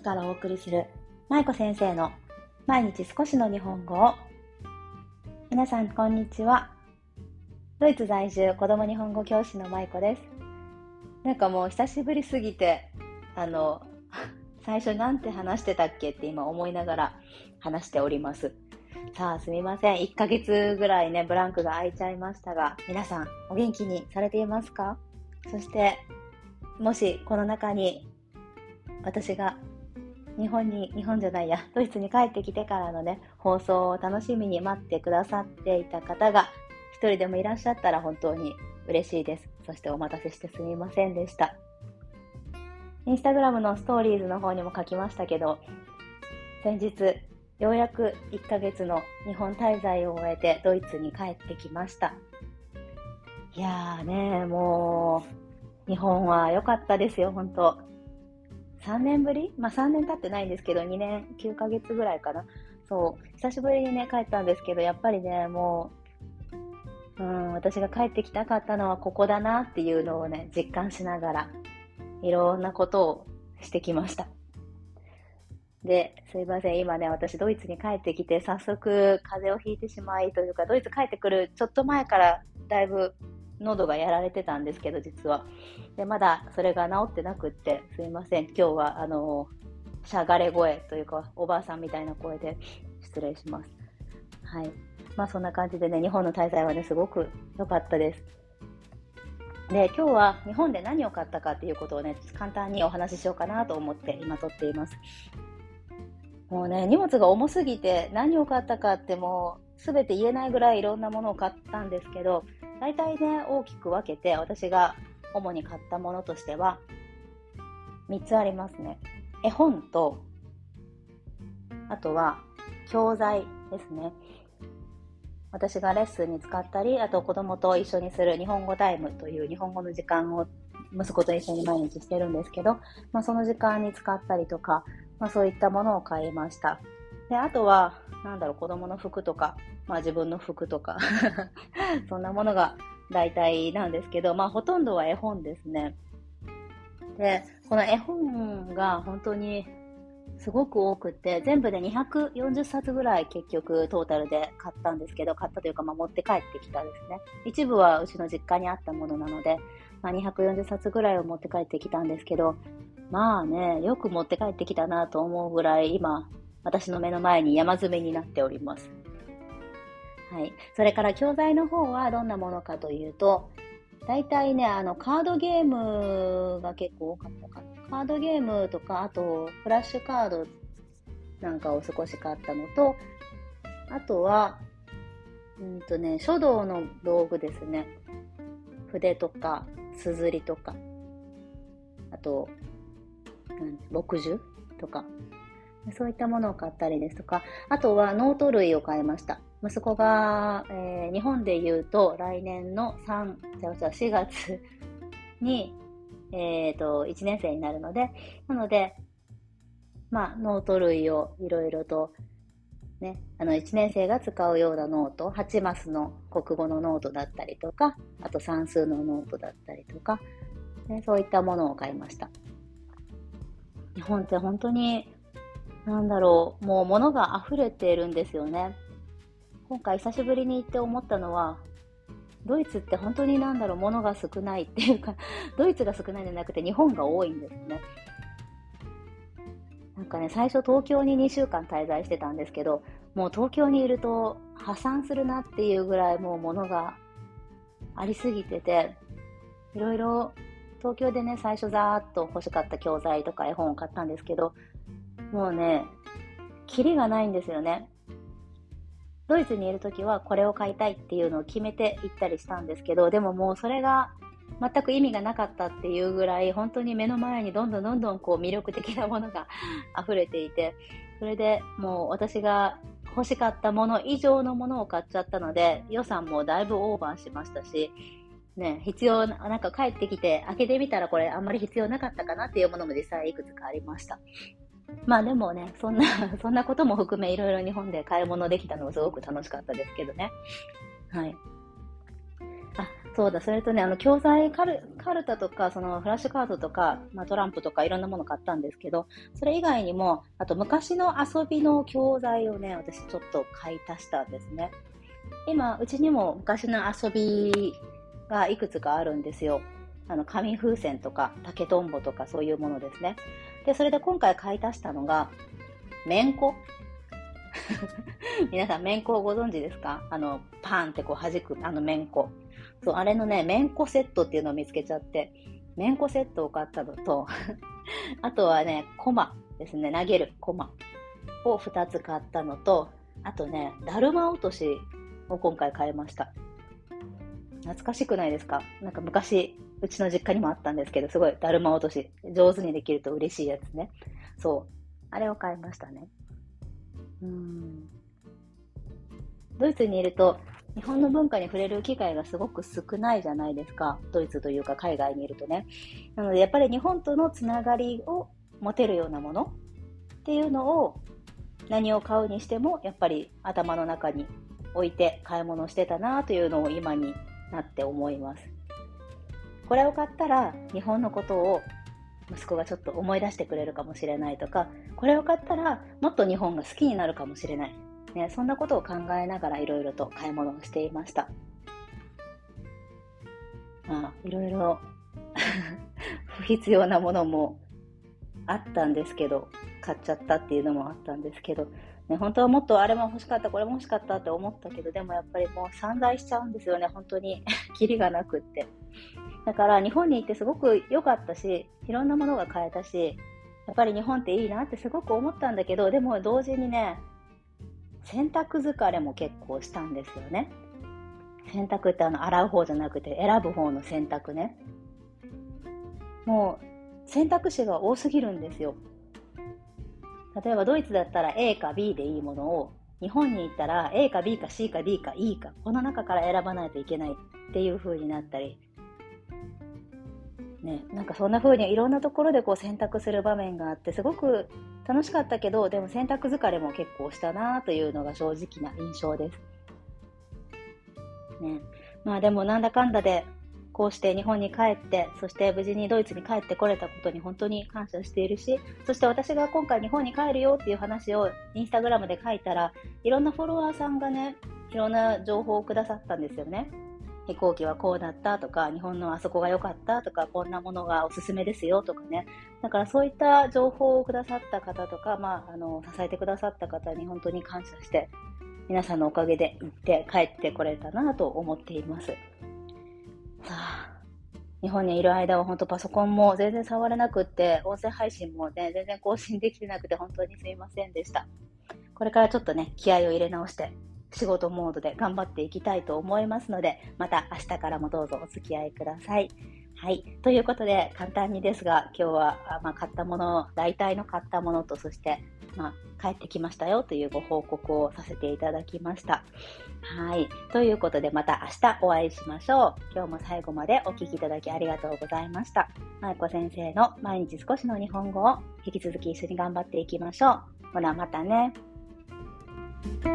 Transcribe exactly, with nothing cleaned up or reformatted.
スからお送りする舞子先生の毎日少しの日本語を。皆さんこんにちは。ドイツ在住子供日本語教師の舞子です。なんかもう久しぶりすぎてあの最初なんて話してたっけって今思いながら話しております。さあすみません、いっかげつぐらいねブランクが空いちゃいましたが、皆さんお元気にされていますか？そしてもしこの中に私が日本に、日本じゃないや、ドイツに帰ってきてからのね、放送を楽しみに待ってくださっていた方が一人でもいらっしゃったら本当に嬉しいです。そしてお待たせしてすみませんでした。インスタグラムのストーリーズの方にも書きましたけど、先日ようやくいっかげつの日本滞在を終えてドイツに帰ってきました。いやーね、もう日本は良かったですよ、本当。さんねんぶり、まあさんねん経ってないんですけど、にねんきゅうかげつぐらいかな。そう、久しぶりにね、帰ったんですけど、やっぱりね、もう、うん、私が帰ってきたかったのはここだなっていうのをね、実感しながら、いろんなことをしてきました。で、すいません、今ね、私ドイツに帰ってきて、早速風邪をひいてしまいというか、ドイツ帰ってくるちょっと前からだいぶ喉がやられてたんですけど、実は。で、まだそれが治ってなくって、すいません、今日はあの、しゃがれ声というか、おばあさんみたいな声で失礼します。はい。まあそんな感じでね、日本の滞在はね、すごく良かったです。で、今日は日本で何を買ったかっていうことをね、簡単にお話ししようかなと思って今撮っています。もうね、荷物が重すぎて何を買ったかってもう全て言えないぐらいいろんなものを買ったんですけど、大体ね、大きく分けて私が主に買ったものとしてはみっつありますね。絵本と、あとは教材ですね。私がレッスンに使ったり、あと子供と一緒にする日本語タイムという日本語の時間を息子と一緒に毎日してるんですけど、まあ、その時間に使ったりとか、まあ、そういったものを買いました。で、あとはなんだろう、子供の服とか、まあ、自分の服とかそんなものが大体なんですけど、まあ、ほとんどは絵本ですね。で、この絵本が本当にすごく多くて、全部でにひゃくよんじゅっさつぐらい結局トータルで買ったんですけど、買ったというか、まあ、持って帰ってきたですね。一部はうちの実家にあったものなので、まあ、にひゃくよんじゅっさつぐらいを持って帰ってきたんですけど、まあね、よく持って帰ってきたなと思うぐらい今、私の目の前に山積みになっております。はい。それから教材の方はどんなものかというと、大体ね、あの、カードゲームが結構多かったかな。カードゲームとか、あと、フラッシュカードなんかを少し買ったのと、あとは、うんとね、書道の道具ですね。筆とか、すずりとか、あと、墨汁とか、そういったものを買ったりですとか、あとはノート類を買いました。息子が、えー、日本で言うと来年のさん、しがつに、えーと、いちねん生になるので、なので、まあ、ノート類をいろいろと、ね、あの、いちねん生が使うようなノート、はちマスの国語のノートだったりとか、あと算数のノートだったりとか、ね、そういったものを買いました。日本って本当に、なんだろう、もう物が溢れているんですよね。今回久しぶりに行って思ったのは、ドイツって本当になんだろう、物が少ないっていうか、ドイツが少ないんじゃなくて日本が多いんですね。なんかね、最初東京ににしゅうかん滞在してたんですけど、もう東京にいると破産するなっていうぐらいもう物がありすぎてて、いろいろ東京でね、最初ざーっと欲しかった教材とか絵本を買ったんですけど、もうね、キリがないんですよね。ドイツにいるときはこれを買いたいっていうのを決めて行ったりしたんですけど、でももうそれが全く意味がなかったっていうぐらい、本当に目の前にどんどんどんどんこう魅力的なものが溢れていて、それでもう私が欲しかったもの以上のものを買っちゃったので、予算もだいぶオーバーしましたし、ね、必要な、なんか帰ってきて開けてみたらこれあんまり必要なかったかなっていうものも実際いくつかありました。まあでもね、そんな、そんなことも含めいろいろ日本で買い物できたのもすごく楽しかったですけどね。はい。あ、そうだ、それとね、あの、教材買カルタとか、そのフラッシュカードとか、まあ、トランプとかいろんなもの買ったんですけど、それ以外にも、あと昔の遊びの教材をね、私ちょっと買い足したんですね。今、うちにも昔の遊びがいくつかあるんですよ。あの、紙風船とか、竹とんぼとかそういうものですね。で、それで今回買い足したのが、めんこ。皆さん、めんこをご存知ですか？あの、パーンってこう弾く、あのめんこ。そう、あれのね、めんこセットっていうのを見つけちゃって、めんこセットを買ったのと、あとはね、コマですね、投げるコマをふたつ買ったのと、あとね、だるま落としを今回買いました。懐かしくないですか？なんか昔、うちの実家にもあったんですけど、すごいだるま落とし、上手にできると嬉しいやつね。そう、あれを買いましたね。うーん。ドイツにいると、日本の文化に触れる機会がすごく少ないじゃないですか。ドイツというか海外にいるとね。なのでやっぱり日本とのつながりを持てるようなものっていうのを、何を買うにしてもやっぱり頭の中に置いて買い物してたなというのを今になって思います。これを買ったら日本のことを息子がちょっと思い出してくれるかもしれないとか、これを買ったらもっと日本が好きになるかもしれない、ね、そんなことを考えながらいろいろと買い物をしていました。まあいろいろ不必要なものもあったんですけど、買っちゃったっていうのもあったんですけど、ね、本当はもっとあれも欲しかったこれも欲しかったって思ったけど、でもやっぱりもう散財しちゃうんですよね、本当にキリがなくって。だから日本に行ってすごく良かったし、いろんなものが買えたし、やっぱり日本っていいなってすごく思ったんだけど、でも同時にね、洗濯疲れも結構したんですよね。洗濯ってあの洗う方じゃなくて選ぶ方の洗濯ね。もう選択肢が多すぎるんですよ。例えばドイツだったら A か B でいいものを、日本に行ったら A か B か C か D か E か、この中から選ばないといけないっていう風になったり、ね、なんかそんな風にいろんなところでこう選択する場面があって、すごく楽しかったけど、でも選択疲れも結構したなというのが正直な印象です。ね、まあでもなんだかんだでこうして日本に帰って、そして無事にドイツに帰ってこれたことに本当に感謝しているし、そして私が今回日本に帰るよっていう話をインスタグラムで書いたら、いろんなフォロワーさんがね、いろんな情報をくださったんですよね。飛行機はこうだったとか、日本のあそこが良かったとか、こんなものがおすすめですよとかね。だからそういった情報をくださった方とか、まあ、あの支えてくださった方に本当に感謝して、皆さんのおかげで行って帰ってこれたなと思っています。さあ、日本にいる間は本当パソコンも全然触れなくって、音声配信もね、全然更新できてなくて本当にすいませんでした。これからちょっとね、気合を入れ直して、仕事モードで頑張っていきたいと思いますので、また明日からもどうぞお付き合いください。はい。ということで、簡単にですが、今日は、まあ、買ったもの、大体の買ったものと、そして、まあ、帰ってきましたよというご報告をさせていただきました。はい。ということで、また明日お会いしましょう。今日も最後までお聞きいただきありがとうございました。まいこ先生の毎日少しの日本語を引き続き一緒に頑張っていきましょう。ほな、またね。